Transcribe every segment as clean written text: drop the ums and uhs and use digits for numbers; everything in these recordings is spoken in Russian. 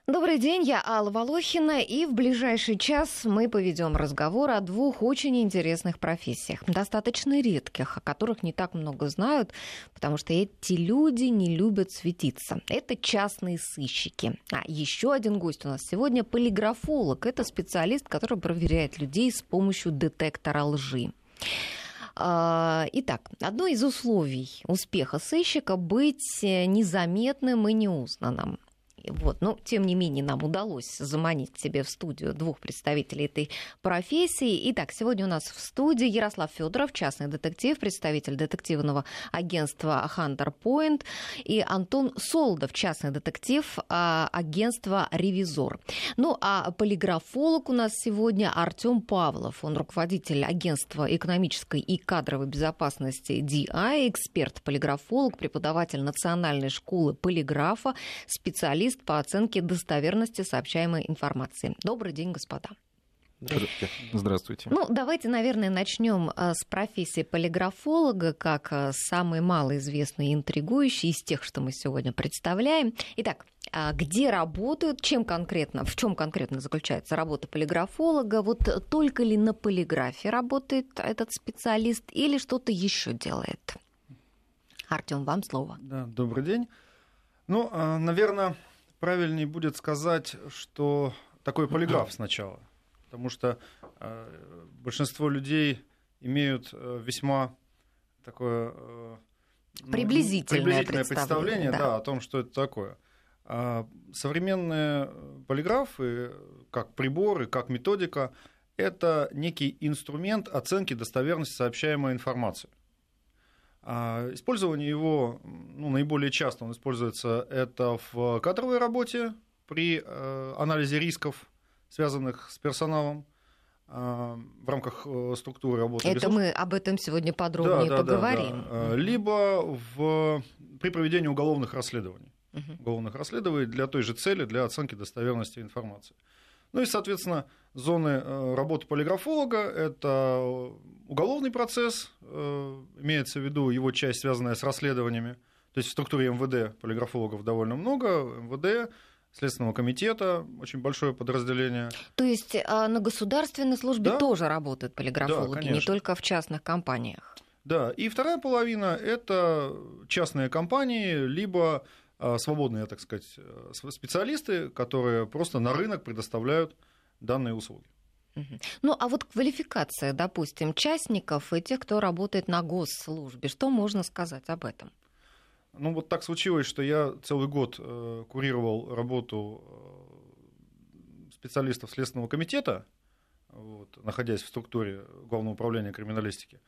Добрый день, я Алла Волохина, и в ближайший час мы поведем разговор о двух очень интересных профессиях, достаточно редких, о которых не так много знают, потому что эти люди не любят светиться. Это частные сыщики. А еще один гость у нас сегодня — полиграфолог. Это специалист, который проверяет людей с помощью детектора лжи. Итак, одно из условий успеха сыщика — быть незаметным и неузнанным. Вот. Но, тем не менее, нам удалось заманить к себе в студию двух представителей этой профессии. Итак, сегодня у нас в студии Ярослав Федоров, частный детектив, представитель детективного агентства Hunter Point, и Антон Солодов, частный детектив агентства Ревизор. Ну, а полиграфолог у нас сегодня Артём Павлов. Он руководитель агентства экономической и кадровой безопасности DI, эксперт-полиграфолог, преподаватель Национальной школы полиграфа, специалист по оценке достоверности сообщаемой информации. Добрый день, господа. Здравствуйте. Здравствуйте. Ну, давайте, наверное, начнем с профессии полиграфолога, как самой малоизвестной и интригующей из тех, что мы сегодня представляем. Итак, где работают, в чем конкретно заключается работа полиграфолога? Вот только ли на полиграфе работает этот специалист или что-то еще делает? Артём, вам слово. Да, добрый день. Ну, наверное, правильнее будет сказать, что такой полиграф сначала, потому что большинство людей имеют весьма такое приблизительное представление о том, что это такое. Современные полиграфы, как приборы, как методика, это некий инструмент оценки достоверности сообщаемой информации. Использование его, наиболее часто он используется это в кадровой работе при анализе рисков, связанных с персоналом в рамках структуры работы. Это мы об этом сегодня подробнее поговорим. Да. Либо при проведении уголовных расследований. Уголовных расследований для той же цели, для оценки достоверности информации. Ну и, соответственно, зоны работы полиграфолога – это уголовный процесс, имеется в виду его часть, связанная с расследованиями. То есть в структуре МВД полиграфологов довольно много, МВД, Следственного комитета, очень большое подразделение. То есть на государственной службе тоже работают полиграфологи, не только в частных компаниях? Да, и вторая половина – это частные компании, либо свободные, так сказать, специалисты, которые просто на рынок предоставляют данные услуги. Ну, а вот квалификация, допустим, частников и тех, кто работает на госслужбе, что можно сказать об этом? Ну, вот так случилось, что я целый год курировал работу специалистов Следственного комитета, находясь в структуре Главного управления криминалистики.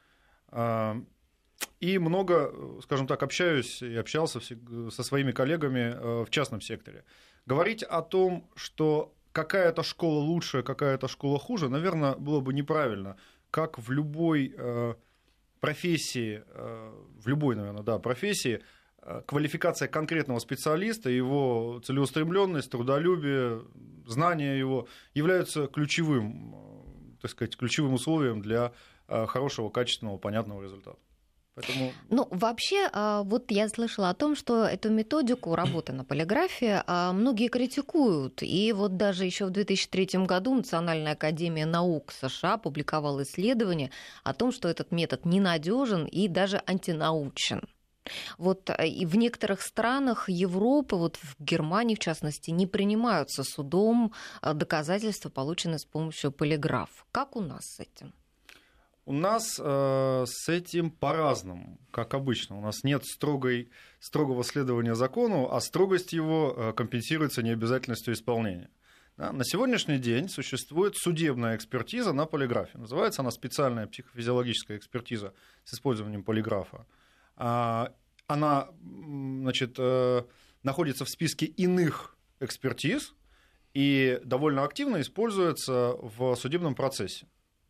И много, скажем так, общаюсь и общался со своими коллегами в частном секторе. Говорить о том, что какая-то школа лучше, какая-то школа хуже, наверное, было бы неправильно. Как в любой профессии, профессии, квалификация конкретного специалиста, его целеустремленность, трудолюбие, знания его являются ключевым, так сказать, ключевым условием для хорошего, качественного, понятного результата. Поэтому... Ну, вообще, вот я слышала о том, что эту методику работы на полиграфе многие критикуют. И вот даже еще в 2003 году Национальная академия наук США публиковала исследование о том, что этот метод ненадежен и даже антинаучен. Вот и в некоторых странах Европы, вот в Германии в частности, не принимаются судом доказательства, полученные с помощью полиграфа. Как у нас с этим? У нас с этим по-разному, как обычно. У нас нет строгого следования закону, а строгость его компенсируется необязательностью исполнения. Да? На сегодняшний день существует судебная экспертиза на полиграфе. Называется она специальная психофизиологическая экспертиза с использованием полиграфа. Она, значит, находится в списке иных экспертиз и довольно активно используется в судебном процессе.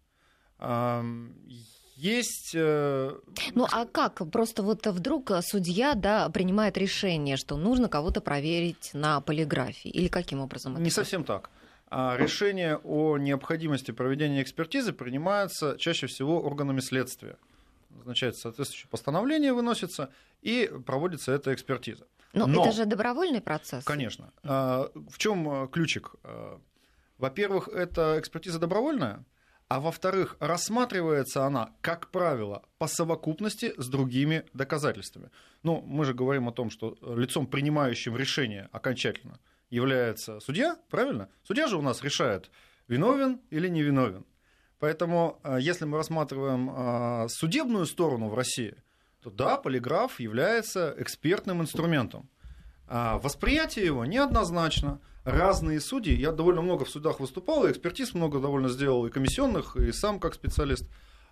Есть... Ну, а как? Просто вот вдруг судья, принимает решение, что нужно кого-то проверить на полиграфе? Или каким образом это? Не совсем так. Решение о необходимости проведения экспертизы принимается чаще всего органами следствия. назначается соответствующее постановление, выносится, и проводится эта экспертиза. Но это же добровольный процесс. Конечно. В чем ключик? Во-первых, эта экспертиза добровольная, а во-вторых, рассматривается она, как правило, по совокупности с другими доказательствами. Ну, мы же говорим о том, что лицом, принимающим решение окончательно, является судья, правильно? Судья же у нас решает, виновен или невиновен. Поэтому, если мы рассматриваем судебную сторону в России, то да, полиграф является экспертным инструментом. Восприятие его неоднозначно. Разные судьи, я довольно много в судах выступал, и экспертиз много довольно сделал, и комиссионных, и сам как специалист.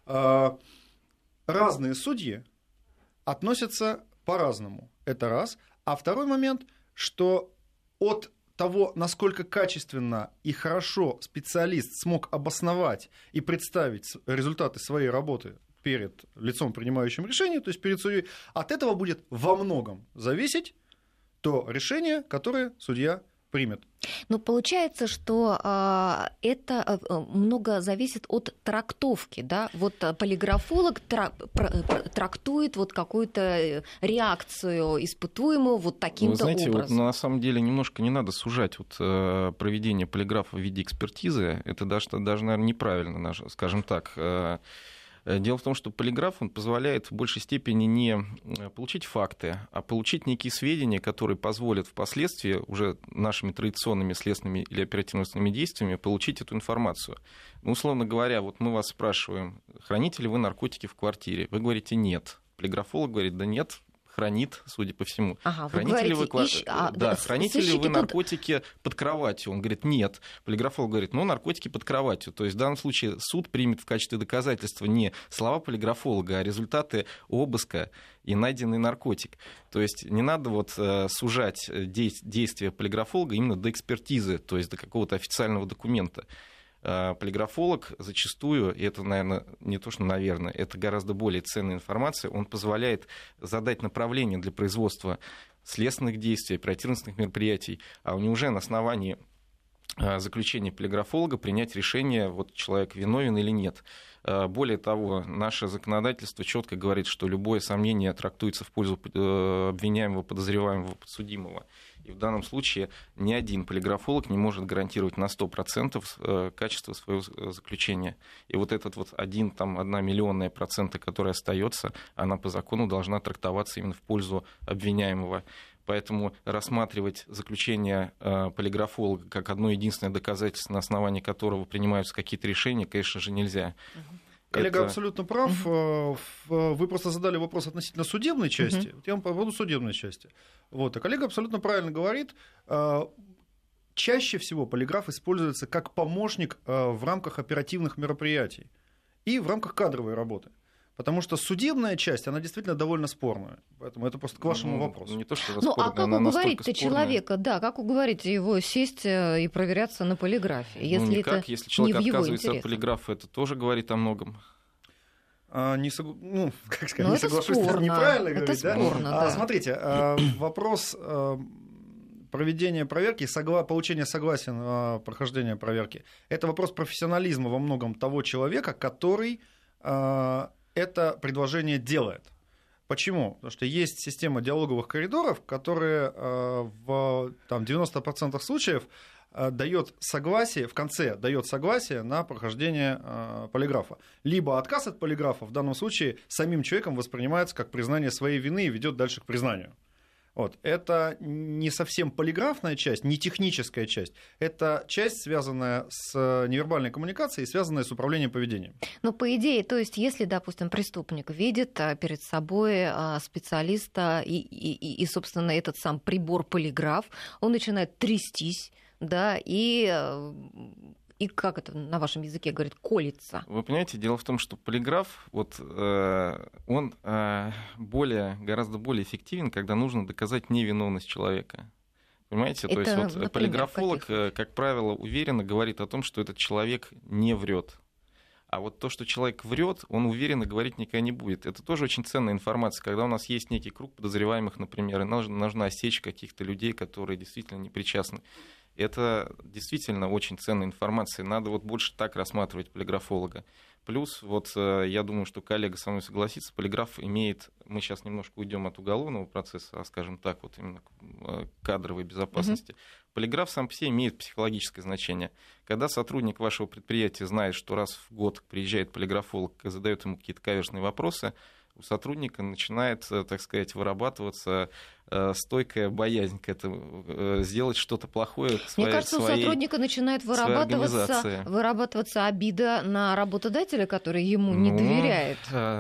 Разные судьи относятся по-разному. Это раз. А второй момент, что от того, насколько качественно и хорошо специалист смог обосновать и представить результаты своей работы перед лицом, принимающим решение, то есть перед судьей, от этого будет во многом зависеть то решение, которое судья примет. Но получается, что это много зависит от трактовки, да? Вот полиграфолог трактует вот какую-то реакцию испытуемого вот таким-то образом. Вы знаете, вот на самом деле немножко не надо сужать вот проведение полиграфа в виде экспертизы. Это даже, наверное, неправильно, скажем так. Дело в том, что полиграф он позволяет в большей степени не получить факты, а получить некие сведения, которые позволят впоследствии уже нашими традиционными следственными или оперативно-следственными действиями получить эту информацию. Ну, условно говоря, вот мы вас спрашиваем, храните ли вы наркотики в квартире? Вы говорите «нет». Полиграфолог говорит «да нет». Хранит, судя по всему. Храните ли вы наркотики под кроватью? Он говорит, нет. Полиграфолог говорит, наркотики под кроватью. То есть в данном случае суд примет в качестве доказательства не слова полиграфолога, а результаты обыска и найденный наркотик. То есть не надо вот сужать действия полиграфолога именно до экспертизы, то есть до какого-то официального документа. Полиграфолог зачастую, и это, наверное, не то, что, наверное, это гораздо более ценная информация, он позволяет задать направление для производства следственных действий, оперативных мероприятий, а уже на основании заключения полиграфолога принять решение, вот человек виновен или нет. Более того, наше законодательство четко говорит, что любое сомнение трактуется в пользу обвиняемого, подозреваемого, подсудимого. И в данном случае ни один полиграфолог не может гарантировать на 100% качество своего заключения. И вот этот вот 1 миллионная процента, который остается, она по закону должна трактоваться именно в пользу обвиняемого. Поэтому рассматривать заключение полиграфолога как одно единственное доказательство, на основании которого принимаются какие-то решения, конечно же, нельзя. Коллега абсолютно прав. Вы просто задали вопрос относительно судебной части. Я вам по поводу судебной части. Вот. А коллега абсолютно правильно говорит. Чаще всего полиграф используется как помощник в рамках оперативных мероприятий и в рамках кадровой работы. Потому что судебная часть, она действительно довольно спорная. Поэтому это просто к вашему вопросу. Не то, что она спорная, а как уговорить-то человека, как уговорить его сесть и проверяться на полиграфе, если никак. Это если человек не в его отказывается интересах? от полиграфа, это тоже говорит о многом. Не соглашусь, это неправильно говорить. Спорно, да? Смотрите, вопрос проведения проверки, получения согласия на прохождение проверки, это вопрос профессионализма во многом того человека, который это предложение делает. Почему? Потому что есть система диалоговых коридоров, которые в 90% случаев дает согласие, в конце дает согласие на прохождение полиграфа. Либо отказ от полиграфа в данном случае самим человеком воспринимается как признание своей вины и ведет дальше к признанию. Вот. Это не совсем полиграфная часть, не техническая часть. Это часть, связанная с невербальной коммуникацией, связанная с управлением поведением. Но по идее, то есть, если, допустим, преступник видит перед собой специалиста и, собственно, этот сам прибор полиграф, он начинает трястись, да, и как это на вашем языке говорит, колется. Вы понимаете, дело в том, что полиграф, он гораздо более эффективен, когда нужно доказать невиновность человека. Понимаете? Это, то есть например, полиграфолог, как правило, уверенно говорит о том, что этот человек не врет. А вот то, что человек врет, он уверенно говорить никогда не будет. Это тоже очень ценная информация. Когда у нас есть некий круг подозреваемых, например, и нужно осечь каких-то людей, которые действительно не причастны. Это действительно очень ценная информация. Надо больше так рассматривать полиграфолога. Плюс, вот я думаю, что коллега со мной согласится, полиграф имеет, мы сейчас немножко уйдем от уголовного процесса, а скажем так, вот именно кадровой безопасности. Полиграф сам по себе имеет психологическое значение. Когда сотрудник вашего предприятия знает, что раз в год приезжает полиграфолог и задает ему какие-то каверзные вопросы, у сотрудника начинает, так сказать, вырабатываться стойкая боязнь к этому, сделать что-то плохое к своей, мне кажется, у сотрудника начинает вырабатываться обида на работодателя, который ему не доверяет.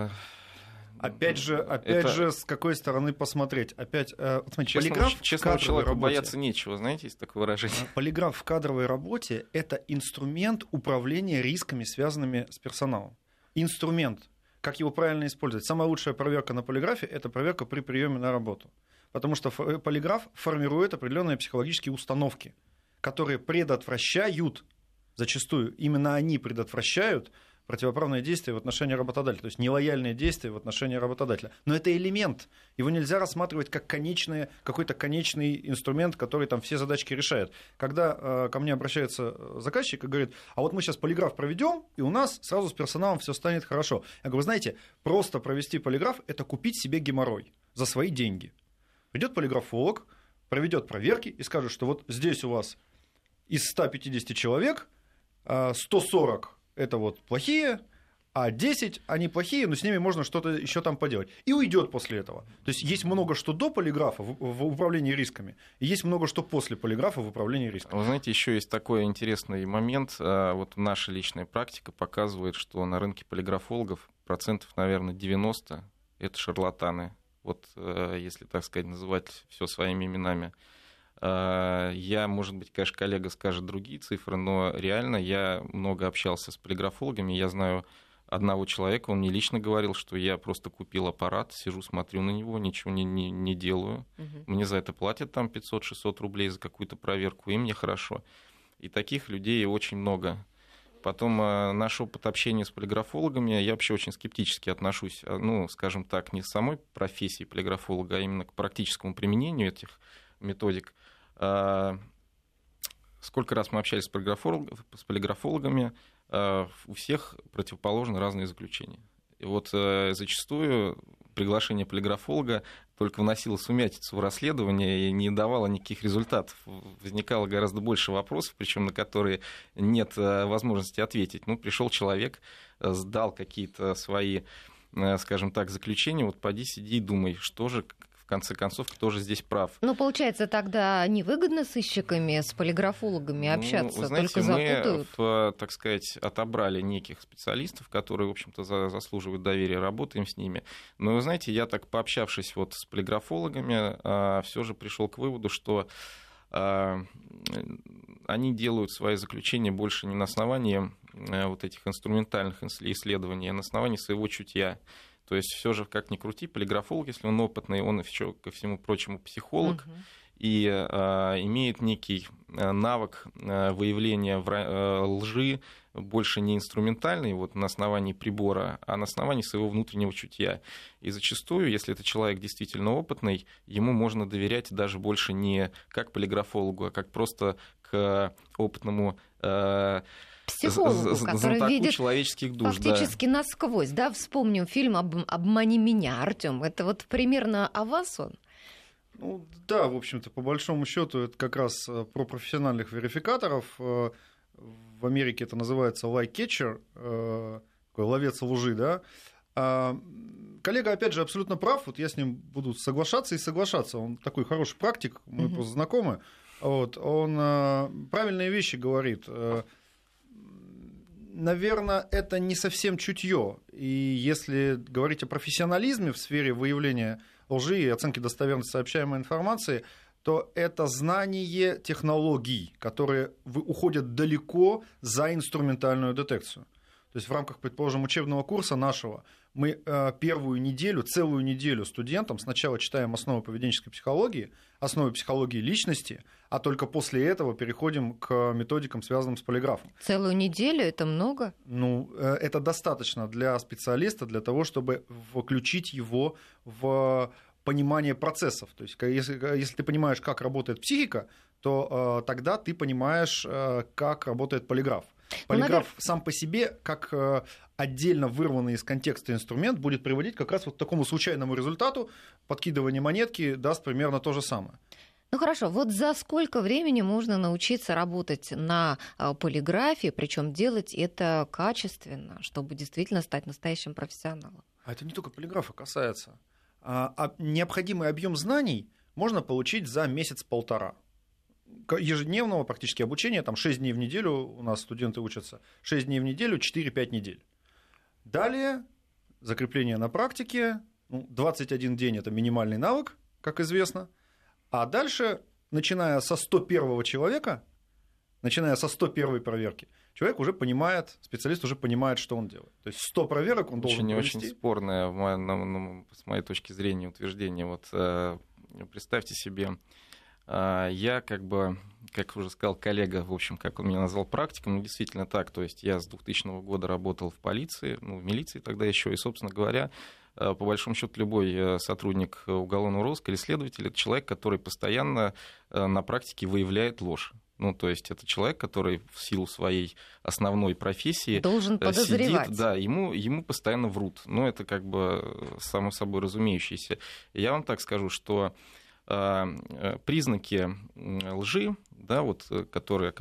Опять же, с какой стороны посмотреть? Честному человеку бояться нечего, знаете, есть такое выражение. Полиграф в кадровой работе — это инструмент управления рисками, связанными с персоналом. Инструмент. Как его правильно использовать? Самая лучшая проверка на полиграфе — это проверка при приеме на работу. Потому что полиграф формирует определенные психологические установки, которые предотвращают, зачастую именно они предотвращают противоправные действия в отношении работодателя, то есть нелояльные действия в отношении работодателя. Но это элемент, его нельзя рассматривать как какой-то конечный инструмент, который там все задачки решает. Когда ко мне обращается заказчик и говорит, а вот мы сейчас полиграф проведем, и у нас сразу с персоналом все станет хорошо. Я говорю, вы знаете, просто провести полиграф — это купить себе геморрой за свои деньги. Придет полиграфолог, проведет проверки и скажет, что вот здесь у вас из 150 человек 140 это вот плохие, а 10 они плохие, но с ними можно что-то еще там поделать. И уйдет после этого. То есть есть много что до полиграфа в управлении рисками, и есть много что после полиграфа в управлении рисками. Вы знаете, еще есть такой интересный момент. Вот наша личная практика показывает, что на рынке полиграфологов процентов, наверное, 90 — это шарлатаны. Вот если, так сказать, называть все своими именами. Я, может быть, конечно, коллега скажет другие цифры, но реально я много общался с полиграфологами. Я знаю одного человека, он мне лично говорил, что я просто купил аппарат, сижу, смотрю на него, ничего не делаю. Мне за это платят там 500-600 рублей за какую-то проверку, и мне хорошо. И таких людей очень много. Потом наш опыт общения с полиграфологами, я вообще очень скептически отношусь, ну, скажем так, не к самой профессии полиграфолога, а именно к практическому применению этих методик. Сколько раз мы общались с полиграфологами, у всех противоположно разные заключения. И вот зачастую приглашение полиграфолога только вносило сумятицу в расследование и не давало никаких результатов. Возникало гораздо больше вопросов, причем на которые нет возможности ответить. Ну, пришел человек, сдал какие-то свои, скажем так, заключения, вот поди, сиди и думай, что же, в конце концов, кто же здесь прав. Ну, получается, тогда невыгодно сыщиками, с полиграфологами общаться, знаете, только запутают? Мы, так сказать, отобрали неких специалистов, которые, в общем-то, заслуживают доверия, работаем с ними. Но, вы знаете, я так, пообщавшись вот с полиграфологами, все же пришел к выводу, что они делают свои заключения больше не на основании вот этих инструментальных исследований, а на основании своего чутья. То есть все же, как ни крути, полиграфолог, если он опытный, он еще, ко всему прочему, психолог, и имеет некий навык выявления лжи, больше не инструментальный, вот на основании прибора, а на основании своего внутреннего чутья. И зачастую, если это человек действительно опытный, ему можно доверять даже больше не как полиграфологу, а как просто к опытному психологу, который видит человеческих душ, фактически насквозь. Да? Вспомним фильм «Обмани меня», Артём. Это вот примерно о вас он? Ну, да, в общем-то, по большому счету это как раз про профессиональных верификаторов. В Америке это называется lie catcher, такой ловец лжи, да. Коллега, опять же, абсолютно прав. Вот я с ним буду соглашаться и соглашаться. Он такой хороший практик, мы просто знакомы. Вот, он правильные вещи говорит. Наверное, это не совсем чутье. И если говорить о профессионализме в сфере выявления лжи и оценки достоверности сообщаемой информации, то это знание технологий, которые уходят далеко за инструментальную детекцию. То есть в рамках, предположим, учебного курса нашего мы первую неделю, целую неделю студентам сначала читаем основы поведенческой психологии, основы психологии личности, а только после этого переходим к методикам, связанным с полиграфом. Целую неделю — это много? Ну, это достаточно для специалиста, для того, чтобы включить его в понимание процессов. То есть если ты понимаешь, как работает психика, то тогда ты понимаешь, как работает полиграф. Полиграф сам по себе, как отдельно вырванный из контекста инструмент, будет приводить как раз вот к такому случайному результату. Подкидывание монетки даст примерно то же самое. Ну хорошо, вот за сколько времени можно научиться работать на полиграфе, причем делать это качественно, чтобы действительно стать настоящим профессионалом? А это не только полиграфа касается. Необходимый объем знаний можно получить за месяц-полтора. Ежедневного практически обучения, там 6 дней в неделю у нас студенты учатся, 6 дней в неделю, 4-5 недель. Далее закрепление на практике, 21 день – это минимальный навык, как известно, а дальше, начиная со 101 человека, начиная со 101 проверки, человек уже понимает, специалист уже понимает, что он делает. То есть 100 проверок он должен провести. Очень спорное, с моей точки зрения, утверждение. Вот представьте себе, я как уже сказал коллега, в общем, как он меня назвал практиком, действительно так. То есть я с 2000 года работал в полиции, в милиции тогда еще, и, собственно говоря, по большому счету любой сотрудник уголовного розыска или следователь — это человек, который постоянно на практике выявляет ложь. То есть это человек, который в силу своей основной профессии должен подозревать. Сидит, да, ему постоянно врут. Это само собой разумеющееся. Я вам так скажу, что признаки лжи, да, которые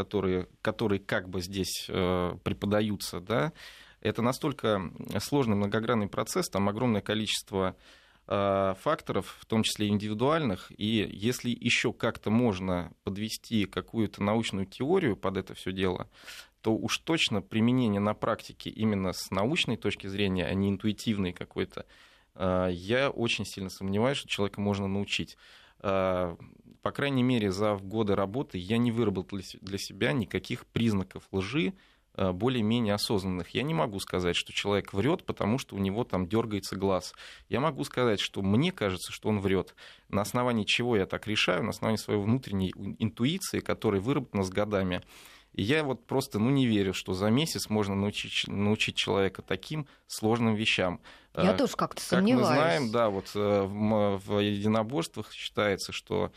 здесь преподаются, да, это настолько сложный многогранный процесс, там огромное количество факторов, в том числе индивидуальных, и если еще как-то можно подвести какую-то научную теорию под это все дело, то уж точно применение на практике именно с научной точки зрения, а не интуитивной какой-то, я очень сильно сомневаюсь, что человека можно научить. По крайней мере, за годы работы я не выработал для себя никаких признаков лжи, более-менее осознанных. Я не могу сказать, что человек врет, потому что у него там дергается глаз. Я могу сказать, что мне кажется, что он врет. На основании чего я так решаю? На основании своей внутренней интуиции, которая выработана с годами. И я просто не верю, что за месяц можно научить человека таким сложным вещам. Я тоже как-то сомневаюсь. Как мы знаем, да, в единоборствах считается, что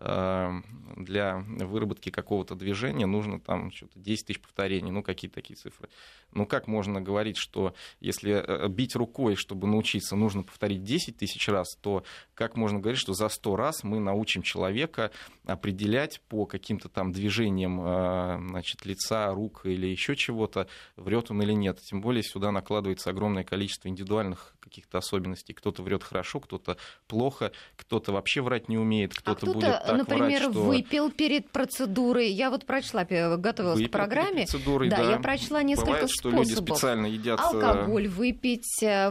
для выработки какого-то движения нужно там что-то 10 тысяч повторений, какие-то такие цифры. Как можно говорить, что если бить рукой, чтобы научиться, нужно повторить 10 тысяч раз, то как можно говорить, что за 100 раз мы научим человека определять по каким-то там движениям лица, рук или еще чего-то, врет он или нет. Тем более сюда накладывается огромное количество индивидуальных каких-то особенностей. Кто-то врет хорошо, кто-то плохо, кто-то вообще врать не умеет, кто-то будет так например, врать, что... выпил перед процедурой. Я прочла, готовилась к программе. Да, я прочла несколько Бывает, способов. Что люди специально едят... Алкоголь выпить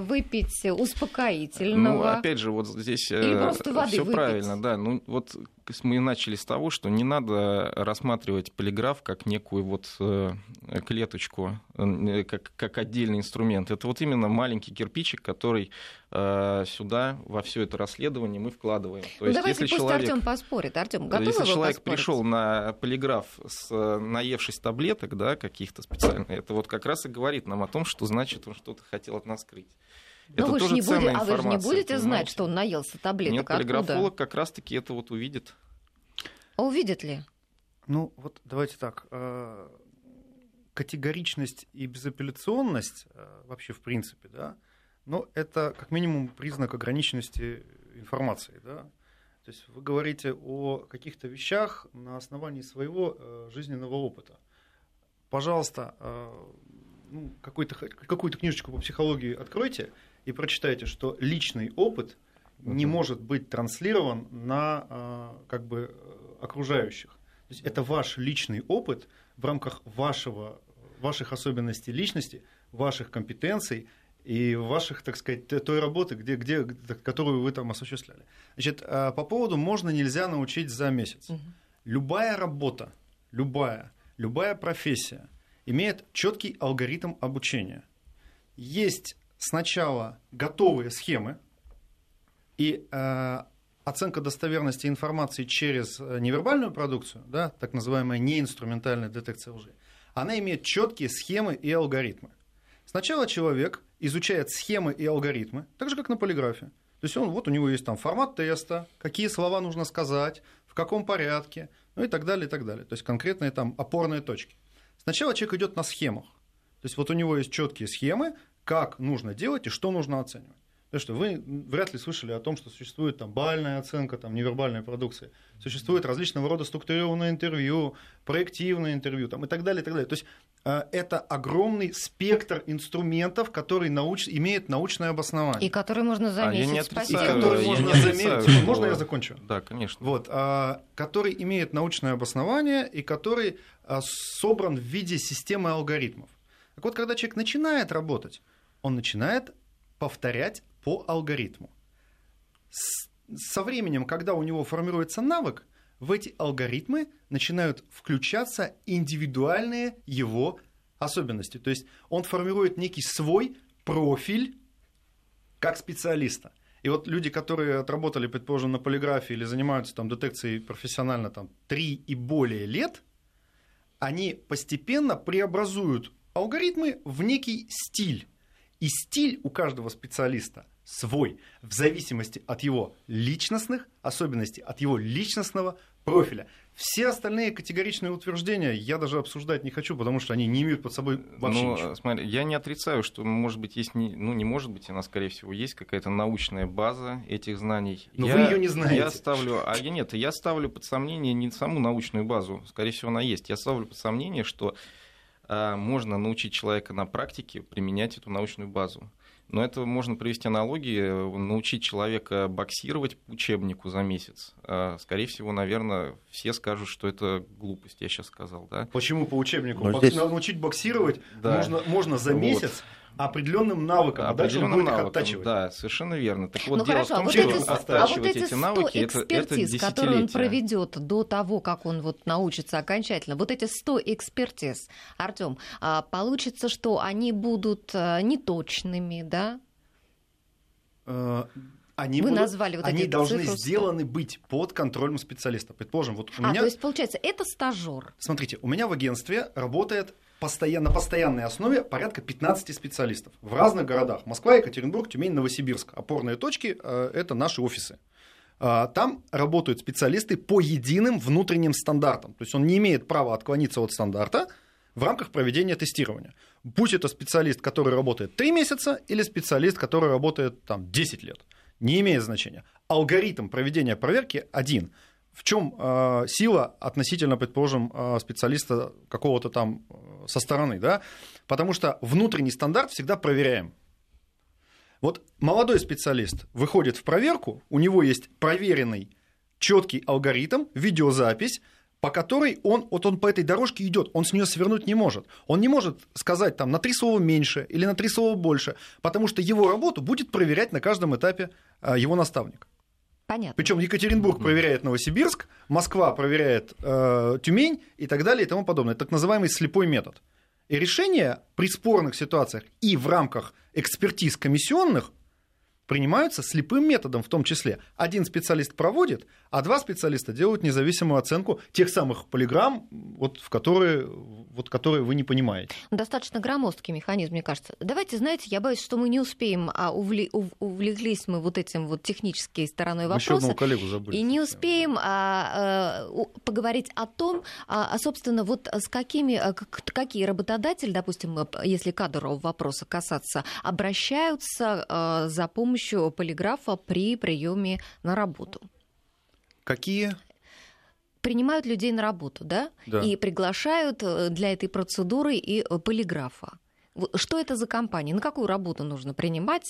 успокоительного. Опять же, здесь или просто воды все выпить. Правильно, да. Мы начали с того, что не надо рассматривать полиграф как некую клеточку, как отдельный инструмент. Это именно маленький кирпичик, который сюда, во все это расследование мы вкладываем. То есть, давайте если пусть Артём поспорит. Артём, готовы если вы человек поспорить? пришел на полиграф, наевшись таблеток, да, каких-то специально, это как раз и говорит нам о том, что значит он что-то хотел от нас скрыть. Но вы же не будете понимаете? знать, что он наелся таблеток. Нет, полиграфолог как раз-таки это увидит. А увидит ли? Давайте так. Категоричность и безапелляционность вообще в принципе, да, это как минимум признак ограниченности информации, да. То есть вы говорите о каких-то вещах на основании своего жизненного опыта. Пожалуйста, какую-то книжечку по психологии откройте и прочитайте, что личный опыт не может быть транслирован на окружающих. То есть это ваш личный опыт в рамках ваших особенностей личности, ваших компетенций и ваших, так сказать, той работы, которую вы там осуществляли. Значит, по поводу можно-нельзя научить за месяц. Любая работа, любая профессия имеет четкий алгоритм обучения. Есть сначала готовые схемы, и оценка достоверности информации через невербальную продукцию, да, так называемая неинструментальная детекция лжи, она имеет четкие схемы и алгоритмы. Сначала человек изучает схемы и алгоритмы, так же, как на полиграфе. То есть у него есть там формат теста, какие слова нужно сказать, в каком порядке, и так далее, и так далее. То есть конкретные там опорные точки. Сначала человек идет на схемах. То есть вот у него есть четкие схемы, как нужно делать и что нужно оценивать. Потому что вы вряд ли слышали о том, что существует там бальная оценка там, невербальной продукции. Существует различного рода структурированное интервью, проективное интервью там, и так далее, и так далее. То есть это огромный спектр инструментов, который имеет научное обоснование. И который можно заметить. Можно я закончу? Да, конечно. Вот, который имеет научное обоснование и который собран в виде системы алгоритмов. Так вот, когда человек начинает работать, он начинает повторять по алгоритму. Со временем, когда у него формируется навык, в эти алгоритмы начинают включаться индивидуальные его особенности. То есть он формирует некий свой профиль как специалиста. И вот люди, которые отработали, предположим, на полиграфе или занимаются там, детекцией профессионально там, 3 и более лет, они постепенно преобразуют алгоритмы в некий стиль. И стиль у каждого специалиста свой, в зависимости от его личностных особенностей, от его личностного профиля. Все остальные категоричные утверждения я даже обсуждать не хочу, потому что они не имеют под собой вообще ничего. Смотри, я не отрицаю, что, может быть, есть, не может быть, она, скорее всего, есть какая-то научная база этих знаний. Но вы ее не знаете. Я ставлю под сомнение не саму научную базу, скорее всего, она есть. Я ставлю под сомнение, что можно научить человека на практике применять эту научную базу. Но это можно привести аналогии, научить человека боксировать по учебнику за месяц. Скорее всего, наверное, все скажут, что это глупость, я сейчас сказал. Да? Почему по учебнику? Научить боксировать можно за месяц определенным навыком, а дальше он будет их оттачивать. Да, совершенно верно. Так вот, дело в том, что оттачивать эти навыки, это десятилетия. Которые он проведет до того, как он вот научится окончательно, вот эти 100 экспертиз, Артём, получится, что они будут неточными, да? Они должны сделаны быть под контролем специалиста. Предположим, вот у меня... то есть, получается, это стажёр. Смотрите, у меня в агентстве работает на постоянной основе порядка 15 специалистов в разных городах. Москва, Екатеринбург, Тюмень, Новосибирск. Опорные точки – это наши офисы. Там работают специалисты по единым внутренним стандартам. То есть он не имеет права отклониться от стандарта в рамках проведения тестирования. Будь это специалист, который работает 3 месяца, или специалист, который работает там, 10 лет. Не имеет значения. Алгоритм проведения проверки один. В чем сила относительно, предположим, специалиста какого-то там со стороны, да? Потому что внутренний стандарт всегда проверяем. Вот молодой специалист выходит в проверку, у него есть проверенный четкий алгоритм, видеозапись, по которой он по этой дорожке идет, он с нее свернуть не может. Он не может сказать там на 3 слова меньше или на 3 слова больше, потому что его работу будет проверять на каждом этапе его наставник. Понятно. Причем Екатеринбург проверяет Новосибирск, Москва проверяет Тюмень и так далее и тому подобное. Это так называемый слепой метод. И решения при спорных ситуациях и в рамках экспертиз комиссионных принимаются слепым методом в том числе. Один специалист проводит, а 2 специалиста делают независимую оценку тех самых полиграмм, которые вы не понимаете. Достаточно громоздкий механизм, мне кажется. Давайте, знаете, я боюсь, что мы не успеем, увлеклись мы вот этим вот технической стороной вопроса. Еще одного коллегу забыли. И не успеем поговорить о том, собственно, вот с какие работодатели, допустим, если кадрового вопроса касаться, обращаются за помощью полиграфа при приеме на работу. Какие? Принимают людей на работу, да? И приглашают для этой процедуры и полиграфа. Что это за компания? На какую работу нужно принимать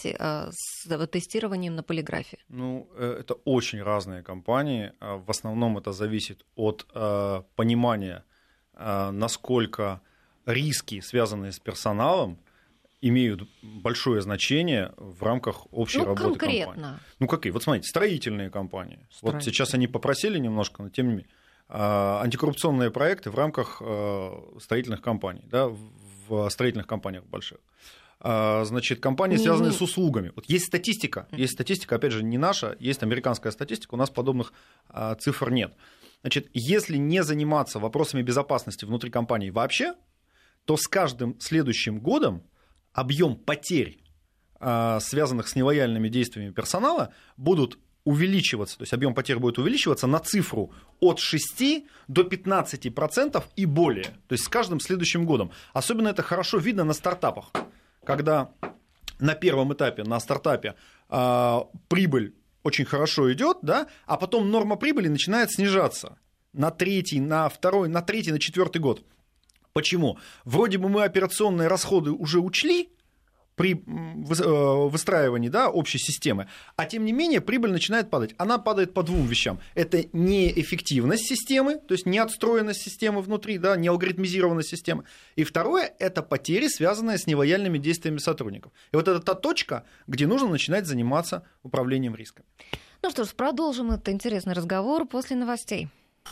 с тестированием на полиграфе? Это очень разные компании. В основном это зависит от понимания, насколько риски, связанные с персоналом, имеют большое значение в рамках общей работы конкретно. компании. Какие? Вот смотрите, строительные компании. Вот сейчас они попросили немножко, но тем не менее. Антикоррупционные проекты в рамках строительных компаний, да, в строительных компаниях больших. Значит, компании, связанные с услугами. Вот есть статистика, опять же, не наша, есть американская статистика, у нас подобных цифр нет. Значит, если не заниматься вопросами безопасности внутри компании вообще, то с каждым следующим годом объем потерь, связанных с нелояльными действиями персонала, будут увеличиваться, то есть объем потерь будет увеличиваться на цифру от 6 до 15% и более, то есть с каждым следующим годом. Особенно это хорошо видно на стартапах, когда на первом этапе, на стартапе прибыль очень хорошо идет, да, а потом норма прибыли начинает снижаться на третий, на второй, на третий, на четвертый год. Почему? Вроде бы мы операционные расходы уже учли при выстраивании, да, общей системы, а тем не менее прибыль начинает падать. Она падает по двум вещам. Это неэффективность системы, то есть неотстроенность системы внутри, да, не алгоритмизированность системы. И второе – это потери, связанные с нелояльными действиями сотрудников. И вот это та точка, где нужно начинать заниматься управлением риском. Ну что ж, продолжим этот интересный разговор после новостей.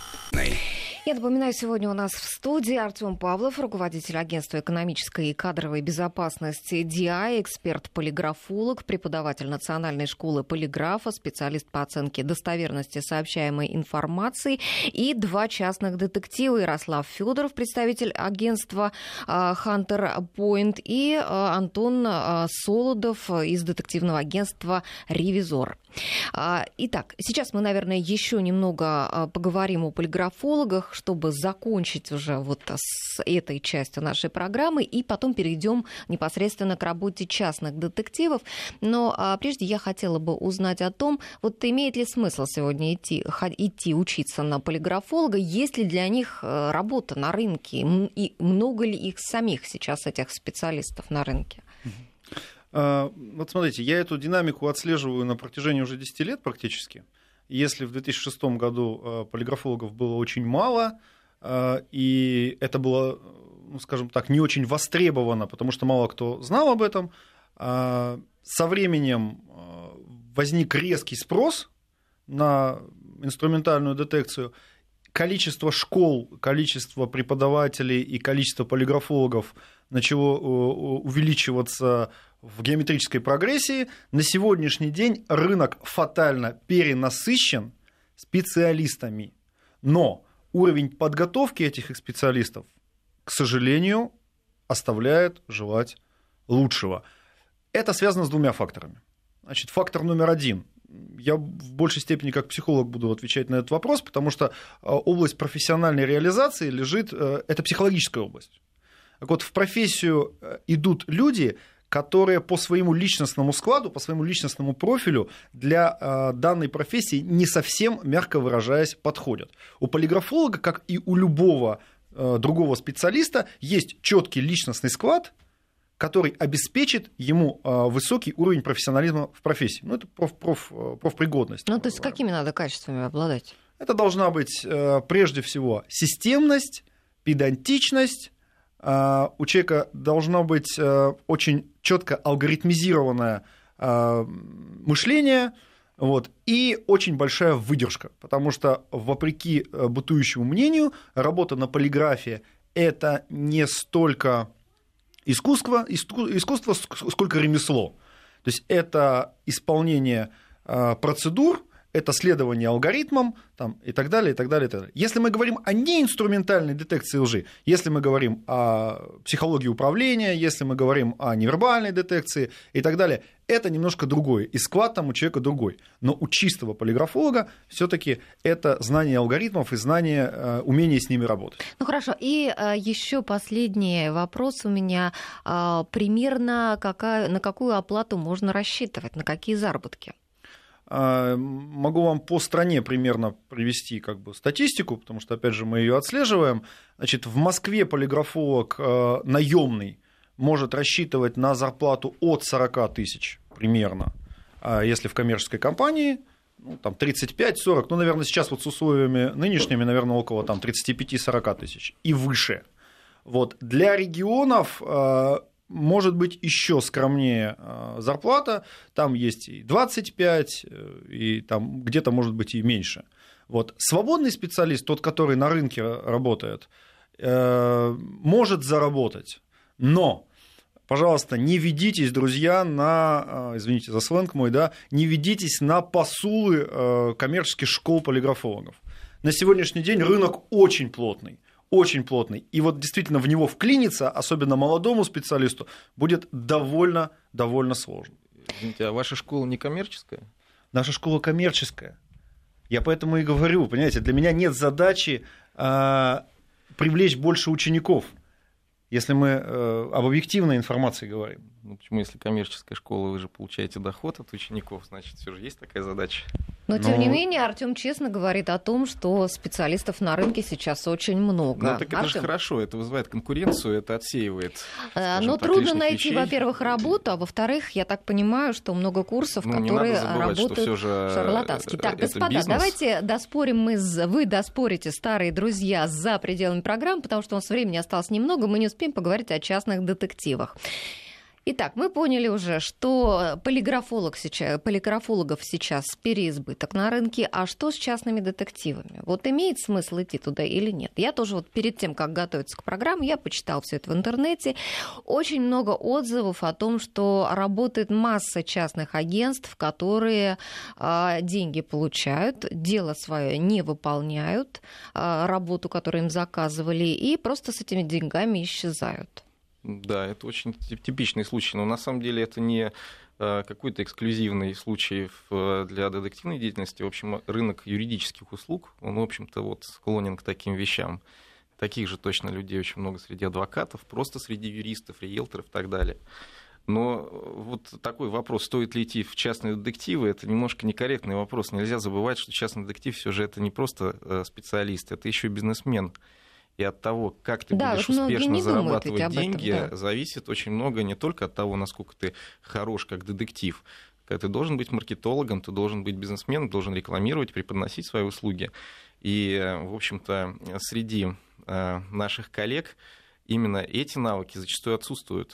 Я напоминаю, сегодня у нас в студии Артём Павлов, руководитель агентства экономической и кадровой безопасности DI, эксперт-полиграфолог, преподаватель Национальной школы полиграфа, специалист по оценке достоверности сообщаемой информации, и два частных детектива: Ярослав Федоров, представитель агентства Hunter Point, и Антон Солодов из детективного агентства Ревизор. Итак, сейчас мы, наверное, еще немного поговорим о полиграфологах, чтобы закончить уже вот с этой частью нашей программы, и потом перейдем непосредственно к работе частных детективов. Но прежде я хотела бы узнать о том, вот имеет ли смысл сегодня идти учиться на полиграфолога, есть ли для них работа на рынке, и много ли их самих сейчас, этих специалистов на рынке? Вот смотрите, я эту динамику отслеживаю на протяжении уже 10 лет практически. Если в 2006 году полиграфологов было очень мало, и это было, ну, скажем так, не очень востребовано, потому что мало кто знал об этом, со временем возник резкий спрос на инструментальную детекцию. Количество школ, количество преподавателей и количество полиграфологов начало увеличиваться в геометрической прогрессии. На сегодняшний день рынок фатально перенасыщен специалистами. Но уровень подготовки этих специалистов, к сожалению, оставляет желать лучшего. Это связано с двумя факторами. Значит, фактор номер один. Я в большей степени как психолог буду отвечать на этот вопрос, потому что область профессиональной реализации лежит, это психологическая область. Так вот, в профессию идут люди, которые по своему личностному складу, по своему личностному профилю для данной профессии не совсем, мягко выражаясь, подходят. У полиграфолога, как и у любого другого специалиста, есть четкий личностный склад, который обеспечит ему высокий уровень профессионализма в профессии. Ну, это профпригодность. Ну, то есть с какими надо качествами обладать? Это должна быть, прежде всего, системность, педантичность. У человека должно быть очень четко алгоритмизированное мышление, вот, и очень большая выдержка, потому что, вопреки бытующему мнению, работа на полиграфе – это не столько искусство, сколько ремесло. То есть это исполнение процедур, это следование алгоритмам там, и так далее, и так далее, и так далее. Если мы говорим о неинструментальной детекции лжи, если мы говорим о психологии управления, если мы говорим о невербальной детекции и так далее, это немножко другое, и склад там у человека другой. Но у чистого полиграфолога все-таки это знание алгоритмов и знание, умение с ними работать. Ну хорошо, и еще последний вопрос у меня. Примерно на какую оплату можно рассчитывать, на какие заработки? Могу вам по стране примерно привести статистику, потому что, опять же, мы ее отслеживаем. Значит, в Москве полиграфолог наемный может рассчитывать на зарплату от 40 тысяч примерно, если в коммерческой компании, ну, там 35-40, ну, наверное, сейчас вот с условиями нынешними, наверное, около там 35-40 тысяч и выше. Вот. Для регионов может быть еще скромнее зарплата, там есть и 25, и там где-то может быть и меньше. Вот. Свободный специалист, тот, который на рынке работает, может заработать, но, пожалуйста, не ведитесь, друзья, на, извините за сленг мой, да, не ведитесь на посулы коммерческих школ полиграфологов. На сегодняшний день рынок очень плотный. Очень плотный. И вот действительно в него вклиниться, особенно молодому специалисту, будет довольно сложно. Извините, а ваша школа не коммерческая? Наша школа коммерческая. Я поэтому и говорю, понимаете, для меня нет задачи привлечь больше учеников, если мы об объективной информации говорим. Ну, почему, если коммерческая школа, вы же получаете доход от учеников, значит, все же есть такая задача. Но, тем не менее, Артём честно говорит о том, что специалистов на рынке сейчас очень много. Ну, так это же хорошо, это вызывает конкуренцию, это отсеивает. Но трудно найти, во-первых, работу, а во-вторых, я так понимаю, что много курсов, которые работают шарлатански. Так, господа, бизнес. Давайте доспорим вы доспорите, старые друзья, за пределами программы, потому что у нас времени осталось немного, мы не успеем поговорить о частных детективах. Итак, мы поняли уже, что полиграфологов сейчас переизбыток на рынке, а что с частными детективами? Вот имеет смысл идти туда или нет? Я тоже вот перед тем, как готовиться к программе, я почитала все это в интернете. Очень много отзывов о том, что работает масса частных агентств, которые деньги получают, дело свое не выполняют, работу, которую им заказывали, и просто с этими деньгами исчезают. Да, это очень типичный случай, но на самом деле это не какой-то эксклюзивный случай для детективной деятельности. В общем, рынок юридических услуг, он, в общем-то, вот склонен к таким вещам. Таких же точно людей очень много среди адвокатов, просто среди юристов, риэлторов и так далее. Но вот такой вопрос, стоит ли идти в частные детективы, это немножко некорректный вопрос. Нельзя забывать, что частный детектив все же это не просто специалист, это еще и бизнесмен. И от того, как ты будешь успешно зарабатывать деньги, зависит очень много не только от того, насколько ты хорош как детектив. Ты должен быть маркетологом, ты должен быть бизнесменом, должен рекламировать, преподносить свои услуги. И, в общем-то, среди наших коллег именно эти навыки зачастую отсутствуют.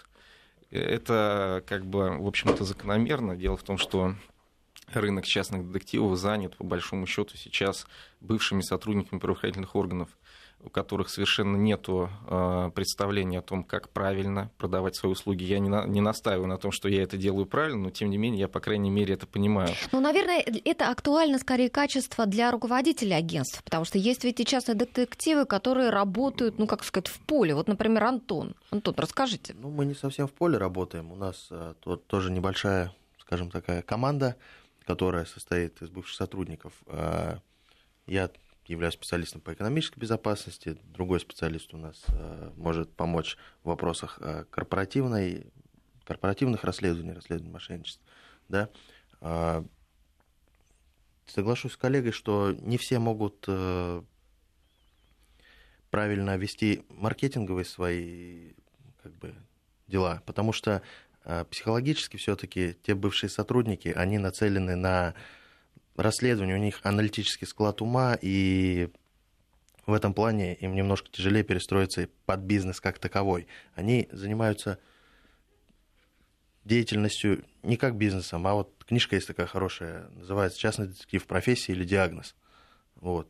Это, в общем-то, закономерно. Дело в том, что рынок частных детективов занят, по большому счету, сейчас бывшими сотрудниками правоохранительных органов, у которых совершенно нет представления о том, как правильно продавать свои услуги. Я не настаиваю на том, что я это делаю правильно, но, тем не менее, я, по крайней мере, это понимаю. Ну, наверное, это актуально, скорее, качество для руководителей агентств, потому что есть ведь и частные детективы, которые работают, в поле. Вот, например, Антон. Антон, расскажите. Мы не совсем в поле работаем. У нас тоже небольшая, скажем, такая команда, которая состоит из бывших сотрудников. Я являюсь специалистом по экономической безопасности, другой специалист у нас может помочь в вопросах корпоративных расследований мошенничества. Да? Соглашусь с коллегой, что не все могут правильно вести маркетинговые свои дела, потому что психологически все-таки те бывшие сотрудники, они нацелены на расследование, у них аналитический склад ума, и в этом плане им немножко тяжелее перестроиться под бизнес как таковой. Они занимаются деятельностью не как бизнесом, а вот книжка есть такая хорошая, называется «Частный детектив. Профессия или диагноз». Вот.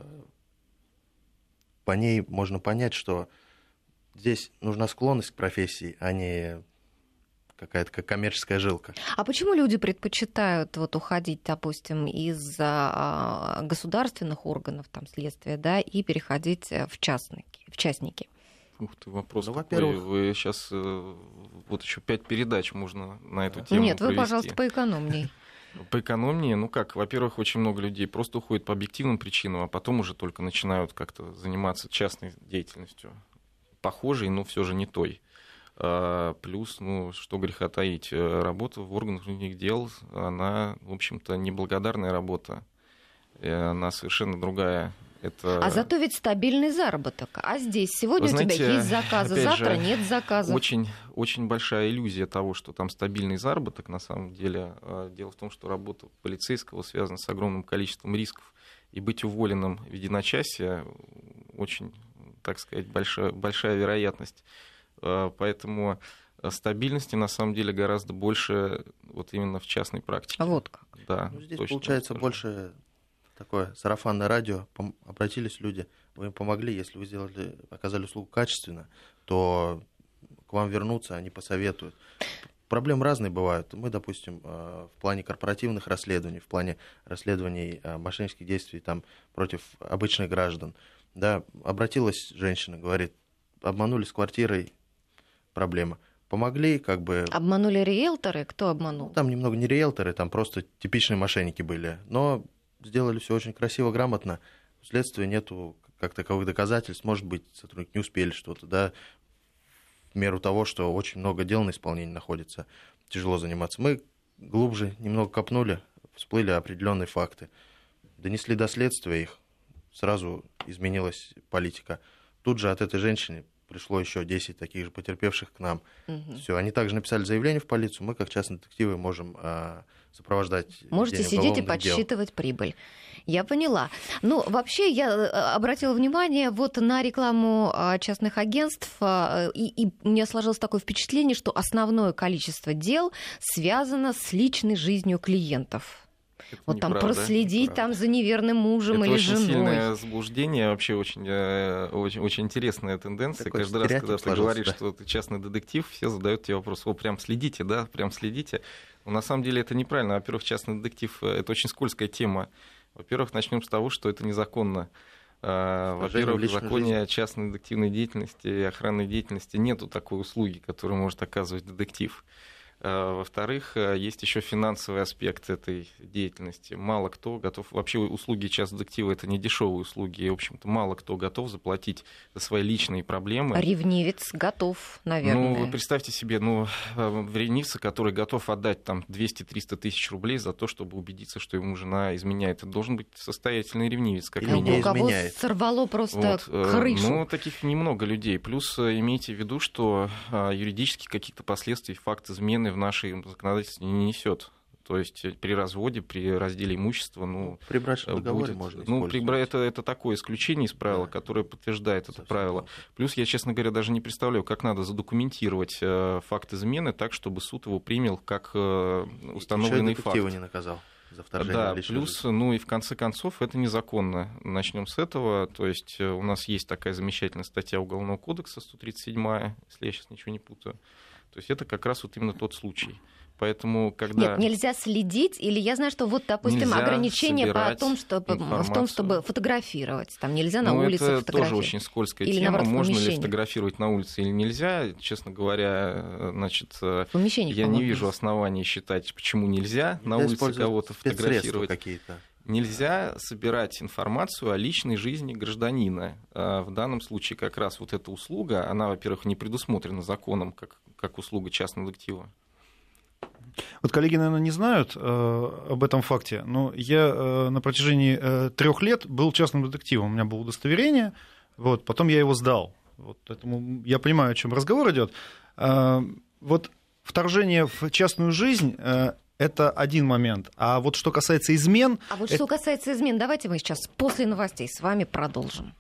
По ней можно понять, что здесь нужна склонность к профессии, а не какая-то как коммерческая жилка. А почему люди предпочитают уходить, допустим, из государственных органов следствия, да, и переходить в частники? Ух ты, вопрос такой. Вы сейчас еще 5 передач можно на эту тему Нет, провести. Вы, пожалуйста, поэкономнее. Поэкономнее, во-первых, очень много людей просто уходит по объективным причинам, а потом уже только начинают как-то заниматься частной деятельностью, похожей, но все же не той. Плюс, что греха таить, работа в органах внутренних дел, она, в общем-то, неблагодарная работа, она совершенно другая. А зато ведь стабильный заработок. А здесь сегодня у тебя есть заказы, завтра нет заказов. Очень, очень большая иллюзия того, что там стабильный заработок, на самом деле. Дело в том, что работа полицейского связана с огромным количеством рисков, и быть уволенным в единочасье очень, так сказать, большая вероятность. Поэтому стабильности на самом деле гораздо больше именно в частной практике. А вот как. Да, здесь получается больше такое сарафанное радио. Обратились люди, вы им помогли, если вы оказали услугу качественно, то к вам вернутся, они посоветуют. Проблемы разные бывают. Мы, допустим, в плане корпоративных расследований, в плане расследований мошеннических действий против обычных граждан, да, обратилась женщина, говорит, обманули с квартирой, проблема. помогли, как бы... Обманули риэлторы? Кто обманул? Там немного не риэлторы, там просто типичные мошенники были. Но сделали все очень красиво, грамотно. У следствия нету как таковых доказательств. Может быть, сотрудники не успели что-то, да, в меру того, что очень много дел на исполнении находится. Тяжело заниматься. Мы глубже немного копнули, всплыли определенные факты. Донесли до следствия их, сразу изменилась политика. Тут же от этой женщины пришло еще 10 таких же потерпевших к нам. Все, они также написали заявление в полицию. Мы, как частные детективы, можем сопровождать. Можете сидеть и подсчитывать прибыль. Я поняла. Ну, вообще, я обратила внимание вот на рекламу частных агентств, и у меня сложилось такое впечатление, что основное количество дел связано с личной жизнью клиентов. Это вот там проследить там за неверным мужем это или очень женой. Сильное заблуждение, вообще очень интересная тенденция. Такой каждый раз, когда ты говоришь, да, что ты частный детектив, все задают тебе вопрос: о, прям следите, да, прям следите. Но на самом деле это неправильно. Во-первых, частный детектив — это очень скользкая тема. Во-первых, начнем с того, что это незаконно. Во-первых, в законе частной детективной деятельности и охранной деятельности нету такой услуги, которую может оказывать детектив. Во-вторых, есть еще финансовый аспект этой деятельности. Мало кто готов... Вообще услуги частного детектива — это не дешевые услуги. И, в общем-то, мало кто готов заплатить за свои личные проблемы. Ревнивец готов, наверное. Ну, вы представьте себе, ревнивца, который готов отдать там 200-300 тысяч рублей за то, чтобы убедиться, что ему жена изменяет. Это должен быть состоятельный ревнивец, как минимум. У кого сорвало просто крышу. Ну, таких немного людей. Плюс имейте в виду, что юридически каких-то последствий факт измены в нашей законодательстве не несет. То есть при разводе, при разделе имущества, при брачном договоре можно использовать. Это такое исключение из правила, которое подтверждает это правило. Плюс я, честно говоря, даже не представляю, как надо задокументировать факт измены так, чтобы суд его принял как установленный факт. Еще и не наказал за вторжение в личную жизнь. Плюс, и в конце концов, это незаконно. Начнем с этого. То есть у нас есть такая замечательная статья Уголовного кодекса, 137-я, если я сейчас ничего не путаю. То есть это как раз вот именно тот случай. Поэтому, когда... Нет, нельзя следить, или я знаю, что вот, допустим, ограничение в том, чтобы фотографировать. Там нельзя на улице это фотографировать. Тоже очень скользкая или, тема. наоборот, можно ли фотографировать на улице или нельзя? Честно говоря, значит, я не вижу оснований считать, почему нельзя на улице кого-то фотографировать. Какие-то. Нельзя собирать информацию о личной жизни гражданина. В данном случае как раз вот эта услуга, она, во-первых, не предусмотрена законом как услуга частного детектива. Вот коллеги, наверное, не знают об этом факте, но я на протяжении 3 лет был частным детективом. У меня было удостоверение, вот, потом я его сдал. Вот, поэтому я понимаю, о чем разговор идет. Вот вторжение в частную жизнь это один момент. А вот что касается измен... Что касается измен, давайте мы сейчас после новостей с вами продолжим.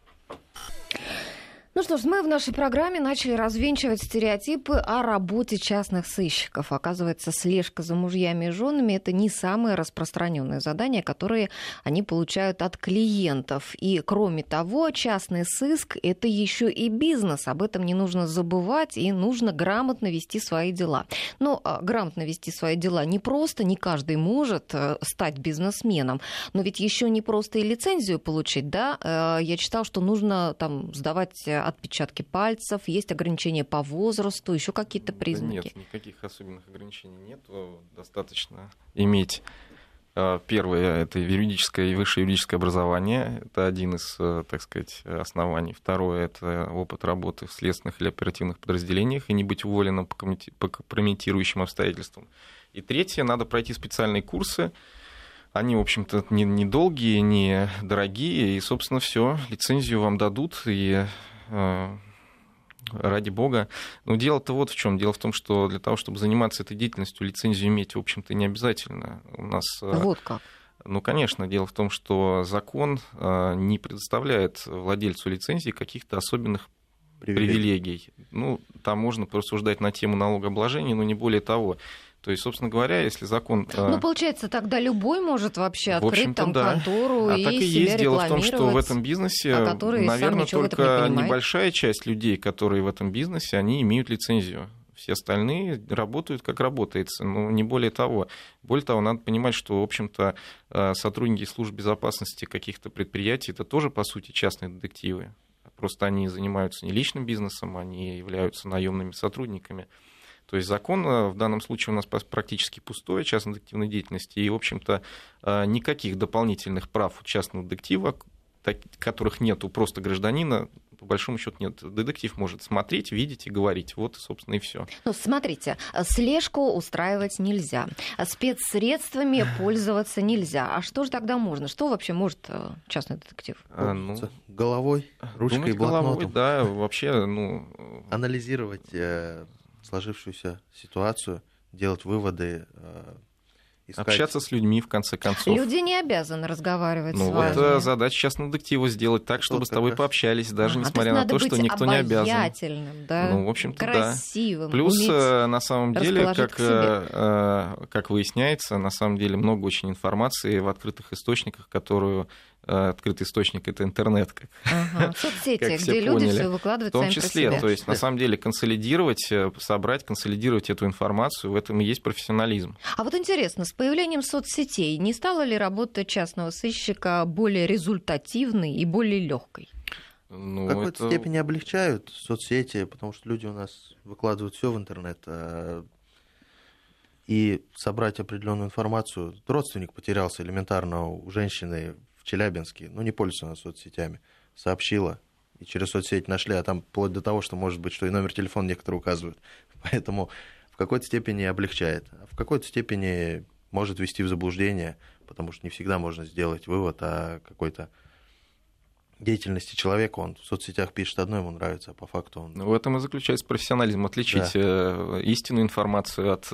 Ну что ж, мы в нашей программе начали развенчивать стереотипы о работе частных сыщиков. Оказывается, слежка за мужьями и женами – это не самое распространенное задание, которое они получают от клиентов. И, кроме того, частный сыск – это еще и бизнес. Об этом не нужно забывать, и нужно грамотно вести свои дела. Но грамотно вести свои дела не просто, не каждый может стать бизнесменом. Но ведь еще не просто и лицензию получить, да? Я читала, что нужно там сдавать отпечатки пальцев, есть ограничения по возрасту, еще какие-то признаки? Нет, никаких особенных ограничений нет. Достаточно иметь первое, это юридическое и высшее юридическое образование. Это один из, так сказать, оснований. Второе, это опыт работы в следственных или оперативных подразделениях и не быть уволенным по компрометирующим обстоятельствам. И третье, надо пройти специальные курсы. Они, в общем-то, не долгие, не дорогие, и, собственно, все, лицензию вам дадут, и ради бога. Но дело-то вот в чем. Дело в том, что для того, чтобы заниматься этой деятельностью, лицензию иметь, в общем-то, не обязательно. У нас... Вот как. Ну, конечно, дело в том, что закон не предоставляет владельцу лицензии каких-то особенных привилегий. Ну, там можно порассуждать на тему налогообложения, но не более того. То есть, собственно говоря, если закон... Ну, получается, тогда любой может вообще открыть там контору и так и себя есть. Дело в том, рекламировать, что в этом бизнесе, наверное, только небольшая часть людей, которые в этом бизнесе, они имеют лицензию. Все остальные работают, как работается, но не более того. Более того, надо понимать, что, в общем-то, сотрудники служб безопасности каких-то предприятий, это тоже, по сути, частные детективы. Просто они занимаются не личным бизнесом, они являются наемными сотрудниками. То есть закон в данном случае у нас практически пустой о частной детективной деятельности, и, в общем-то, никаких дополнительных прав у частного детектива, которых нет у просто гражданина, по большому счету нет. Детектив может смотреть, видеть и говорить. Вот, собственно, и все. Ну, смотрите, слежку устраивать нельзя, спецсредствами пользоваться нельзя. А что же тогда можно? Что вообще может частный детектив? Головой, ручкой и блокнотом. Головой, да, вообще, анализировать сложившуюся ситуацию, делать выводы, искать... Общаться с людьми, в конце концов. Люди не обязаны разговаривать с вами. Вот задача частного детектива сделать так, чтобы с тобой пообщались, даже несмотря на то, что никто не обязан. Да? В общем-то, красивым. Да. Плюс, на самом деле, как выясняется, на самом деле много очень информации в открытых источниках, которую... Открытый источник — это интернет, соцсети, где люди все выкладывают сами про себя. В том числе, то есть, на самом деле, консолидировать эту информацию, в этом и есть профессионализм. А вот интересно, с появлением соцсетей не стала ли работа частного сыщика более результативной и более легкой? В какой-то степени облегчают соцсети, потому что люди у нас выкладывают все в интернет. И собрать определенную информацию. Родственник потерялся элементарно у женщины в Челябинске, не пользуется она соцсетями, сообщила, и через соцсеть нашли, а там вплоть до того, что, может быть, что и номер телефона некоторые указывают. Поэтому в какой-то степени облегчает, а в какой-то степени может ввести в заблуждение, потому что не всегда можно сделать вывод о какой-то деятельности человека. Он в соцсетях пишет одно, ему нравится, а по факту он... В этом и заключается профессионализм, отличить истинную информацию от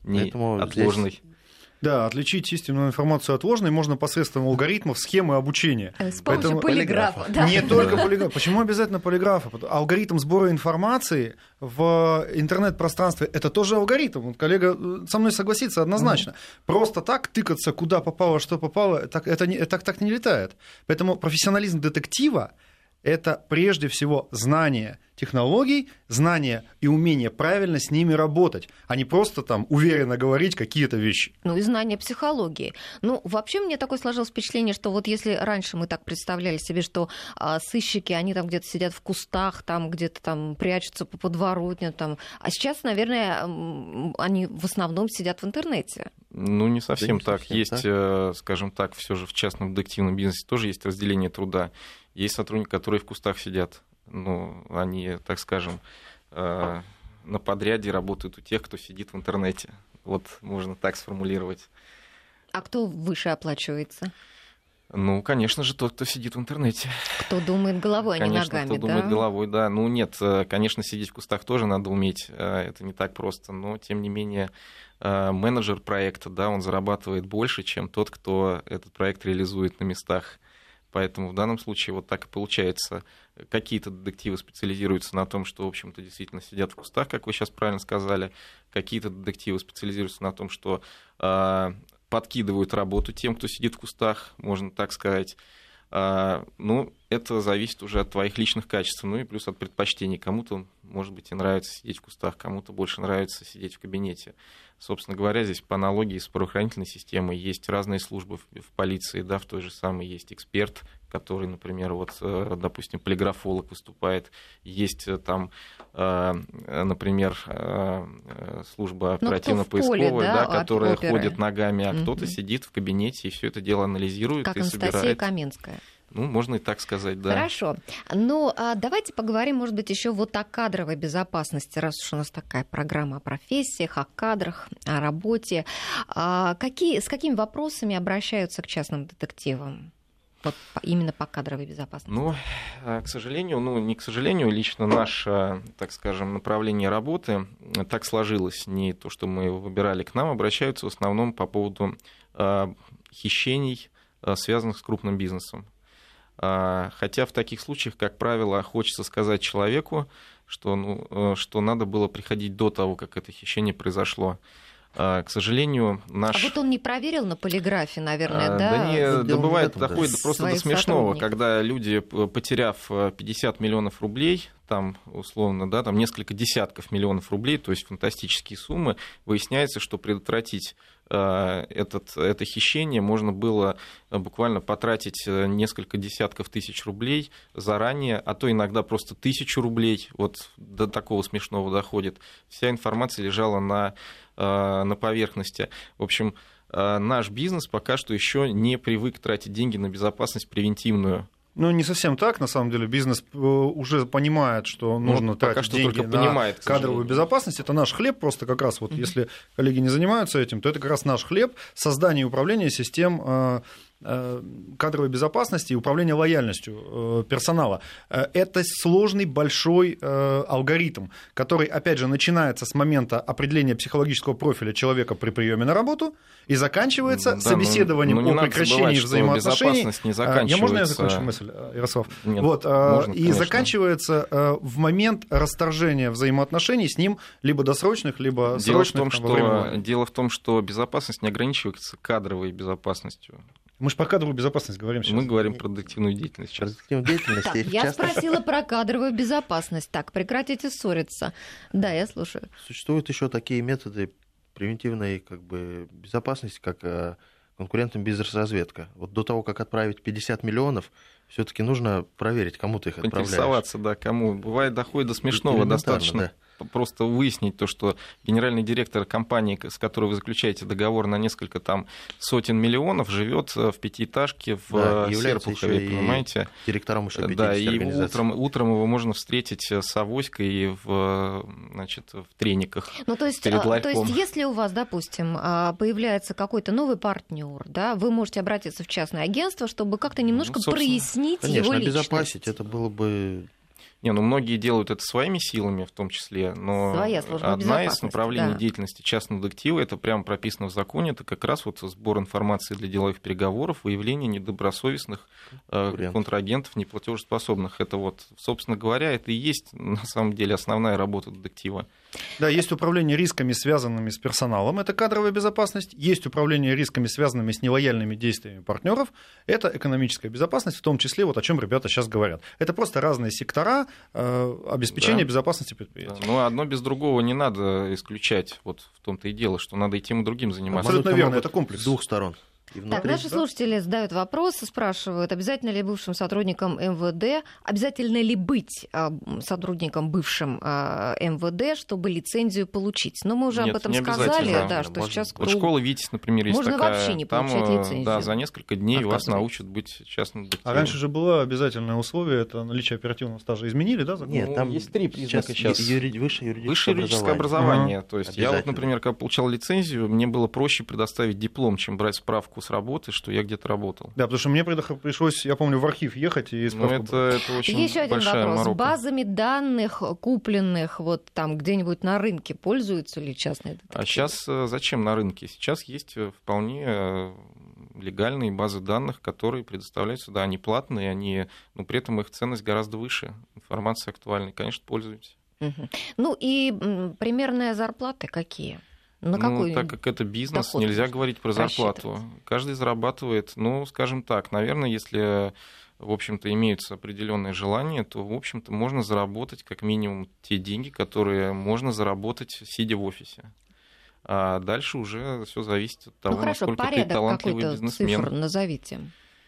ложной. Да, отличить истинную информацию от ложной можно посредством алгоритмов, схемы обучения. С помощью полиграфа. Да. Не только полиграфа. Почему обязательно полиграфа? Алгоритм сбора информации в интернет-пространстве — это тоже алгоритм. Коллега со мной согласится однозначно. Просто так тыкаться, куда попало, что попало, так не летает. Поэтому профессионализм детектива — это прежде всего знание технологий, знание и умение правильно с ними работать, а не просто там уверенно говорить какие-то вещи. И знание психологии. Вообще мне такое сложилось впечатление, что вот если раньше мы так представляли себе, что сыщики, они там где-то сидят в кустах, там где-то там прячутся по подворотням, а сейчас, наверное, они в основном сидят в интернете. Не совсем так. Есть, скажем так, все же в частном детективном бизнесе тоже есть разделение труда. Есть сотрудники, которые в кустах сидят. Они, так скажем, на подряде работают у тех, кто сидит в интернете. Вот можно так сформулировать. А кто выше оплачивается? Конечно же, тот, кто сидит в интернете. Кто думает головой, а не ногами, кто думает головой, да. Нет, конечно, сидеть в кустах тоже надо уметь. Это не так просто. Но, тем не менее, менеджер проекта, он зарабатывает больше, чем тот, кто этот проект реализует на местах. Поэтому в данном случае вот так и получается. Какие-то детективы специализируются на том, что, в общем-то, действительно сидят в кустах, как вы сейчас правильно сказали. Какие-то детективы специализируются на том, что подкидывают работу тем, кто сидит в кустах, можно так сказать. Это зависит уже от твоих личных качеств, и плюс от предпочтений. Кому-то, может быть, и нравится сидеть в кустах, кому-то больше нравится сидеть в кабинете. Собственно говоря, здесь по аналогии с правоохранительной системой есть разные службы в полиции, в той же самой есть эксперт, который, например, допустим, полиграфолог выступает, есть там, например, служба оперативно-поисковая, которая ходит ногами, а кто-то сидит в кабинете и все это дело анализирует как и собирает. Анастасия Каменская. Можно и так сказать, да. Хорошо. Давайте поговорим, может быть, еще о кадровой безопасности, раз уж у нас такая программа о профессиях, о кадрах, о работе. С какими вопросами обращаются к частным детективам? Именно по кадровой безопасности. К сожалению, не к сожалению, лично наше, так скажем, направление работы так сложилось. Не то, что мы его выбирали, к нам обращаются в основном по поводу хищений, связанных с крупным бизнесом. Хотя в таких случаях, как правило, хочется сказать человеку, что надо было приходить до того, как это хищение произошло. К сожалению, наш... А вот он не проверил на полиграфе, наверное, да? Да не, да бывает такое просто до смешного, сотрудников. когда люди, потеряв 50 миллионов рублей, там, условно, да, там несколько десятков миллионов рублей, то есть фантастические суммы, выясняется, что предотвратить это хищение можно было буквально потратить несколько десятков тысяч рублей заранее, а то иногда просто 1000 рублей, вот до такого смешного доходит. Вся информация лежала на поверхности. В общем, наш бизнес пока что еще не привык тратить деньги на безопасность превентивную. Ну, не совсем так, на самом деле. Бизнес уже понимает, что нужно тратить деньги на кадровую безопасность. Это наш хлеб, просто как раз вот если коллеги не занимаются этим, то это как раз наш хлеб, создание и управление систем кадровой безопасности и управления лояльностью персонала. Это сложный большой алгоритм, который, опять же, начинается с момента определения психологического профиля человека при приеме на работу и заканчивается собеседованием о прекращении взаимоотношений. Можно я закончу мысль, Ярослав? Нет, вот, можно, и заканчивается в момент расторжения взаимоотношений с ним либо досрочных, либо срочных. Дело в том, что безопасность не ограничивается кадровой безопасностью. Мы же про кадровую безопасность говорим сейчас. Мы говорим про детективную деятельность сейчас. Так, я спросила про кадровую безопасность. Так, прекратите ссориться. Да, я слушаю. Существуют еще такие методы превентивной безопасности, как конкурентная бизнес-разведка. Вот до того, как отправить 50 миллионов, все-таки нужно проверить, кому ты их отправляешь. Поинтересоваться, да, кому. Бывает, доходит до смешного достаточно. Да. Просто выяснить то, что генеральный директор компании, с которой вы заключаете договор на несколько там сотен миллионов, живет в пятиэтажке в Серпухове, понимаете? Директором еще 50 да, и организаций. утром его можно встретить с авоськой в трениках. Ну, то есть, если у вас, допустим, появляется какой-то новый партнер, да, вы можете обратиться в частное агентство, чтобы как-то немножко прояснить его личность. Конечно, обезопасить, это было бы... Многие делают это своими силами в том числе, но одна из направлений деятельности частного детектива, это прямо прописано в законе, это как раз вот сбор информации для деловых переговоров, выявление недобросовестных контрагентов, неплатежеспособных. Это вот, собственно говоря, это и есть на самом деле основная работа детектива. Да, есть управление рисками, связанными с персоналом, это кадровая безопасность, есть управление рисками, связанными с нелояльными действиями партнеров, это экономическая безопасность, в том числе, вот о чем ребята сейчас говорят. Это просто разные сектора обеспечения безопасности предприятия. Да. Но одно без другого не надо исключать, вот в том-то и дело, что надо и тем, и другим заниматься. Абсолютно верно, это комплекс. С двух сторон. Так, наши слушатели задают вопрос, спрашивают, обязательно ли бывшим сотрудникам МВД, обязательно ли быть сотрудником бывшим МВД, чтобы лицензию получить? Но мы уже об этом сказали, да, что сейчас... Вот школа ВИТИС, например, есть можно такая. Вообще не получать лицензию. Да, за несколько дней вас научат быть частным детективом. А раньше же было обязательное условие, это наличие оперативного стажа. Изменили, да? Закон? Нет, там есть 3 признака сейчас. Высшее юридическое образование. То есть я вот, например, когда получал лицензию, мне было проще предоставить диплом, чем брать справку с работы, что я где-то работал. Да, потому что мне пришлось, я помню, в архив ехать и справку. Это очень еще один большая вопрос. морока. Базами данных, купленных вот там где-нибудь на рынке, пользуются ли частные детективы? А сейчас зачем на рынке? Сейчас есть вполне легальные базы данных, которые предоставляются, да, они платные, но при этом их ценность гораздо выше. Информация актуальная, конечно, пользуйтесь. Ну и примерные зарплаты какие? Так как это бизнес, нельзя говорить про зарплату. Каждый зарабатывает, скажем так, наверное, если, в общем-то, имеются определенные желания, то, в общем-то, можно заработать как минимум те деньги, которые можно заработать, сидя в офисе. А дальше уже все зависит от того, насколько ты талантливый бизнесмен. Цифр назовите.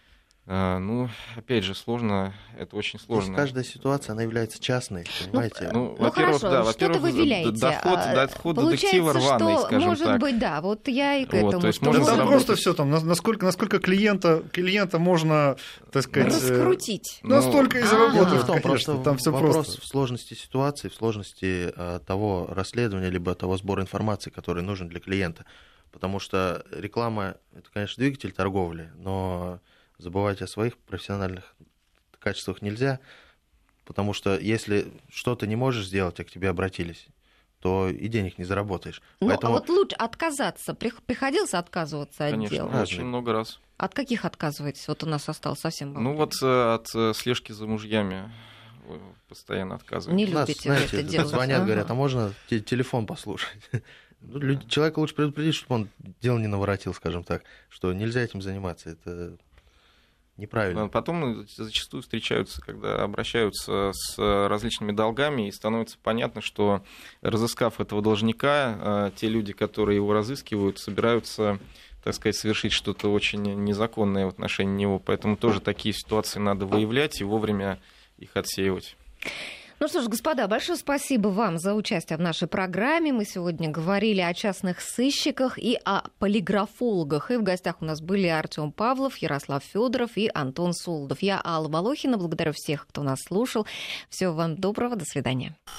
Опять же, сложно, это очень сложно. Каждая ситуация, она является частной, понимаете? Во-первых, что-то вы виляете. Доход детектива рваный, скажем так. Может быть, да, вот я и к этому. То есть там просто все там, насколько клиента можно, так сказать... Раскрутить. Настолько и заработать, конечно, там все просто. Вопрос в сложности ситуации, в сложности того расследования, либо того сбора информации, который нужен для клиента. Потому что реклама, это, конечно, двигатель торговли, но... Забывать о своих профессиональных качествах нельзя, потому что если что-то не можешь сделать, а к тебе обратились, то и денег не заработаешь. Поэтому... А вот лучше отказаться. Приходилось отказываться от дел? Конечно, очень много раз. От каких отказываетесь? Вот у нас осталось совсем мало. От слежки за мужьями постоянно отказываетесь. Не любите это делать. Звонят, говорят, а можно телефон послушать? Человека лучше предупредить, чтобы он дело не наворотил, скажем так, что нельзя этим заниматься. Это неправильно. Потом зачастую встречаются, когда обращаются с различными долгами, и становится понятно, что, разыскав этого должника, те люди, которые его разыскивают, собираются, так сказать, совершить что-то очень незаконное в отношении него. Поэтому тоже такие ситуации надо выявлять и вовремя их отсеивать. Ну что ж, господа, большое спасибо вам за участие в нашей программе. Мы сегодня говорили о частных сыщиках и о полиграфологах. И в гостях у нас были Артём Павлов, Ярослав Федоров и Антон Солодов. Я Алла Волохина. Благодарю всех, кто нас слушал. Всего вам доброго. До свидания.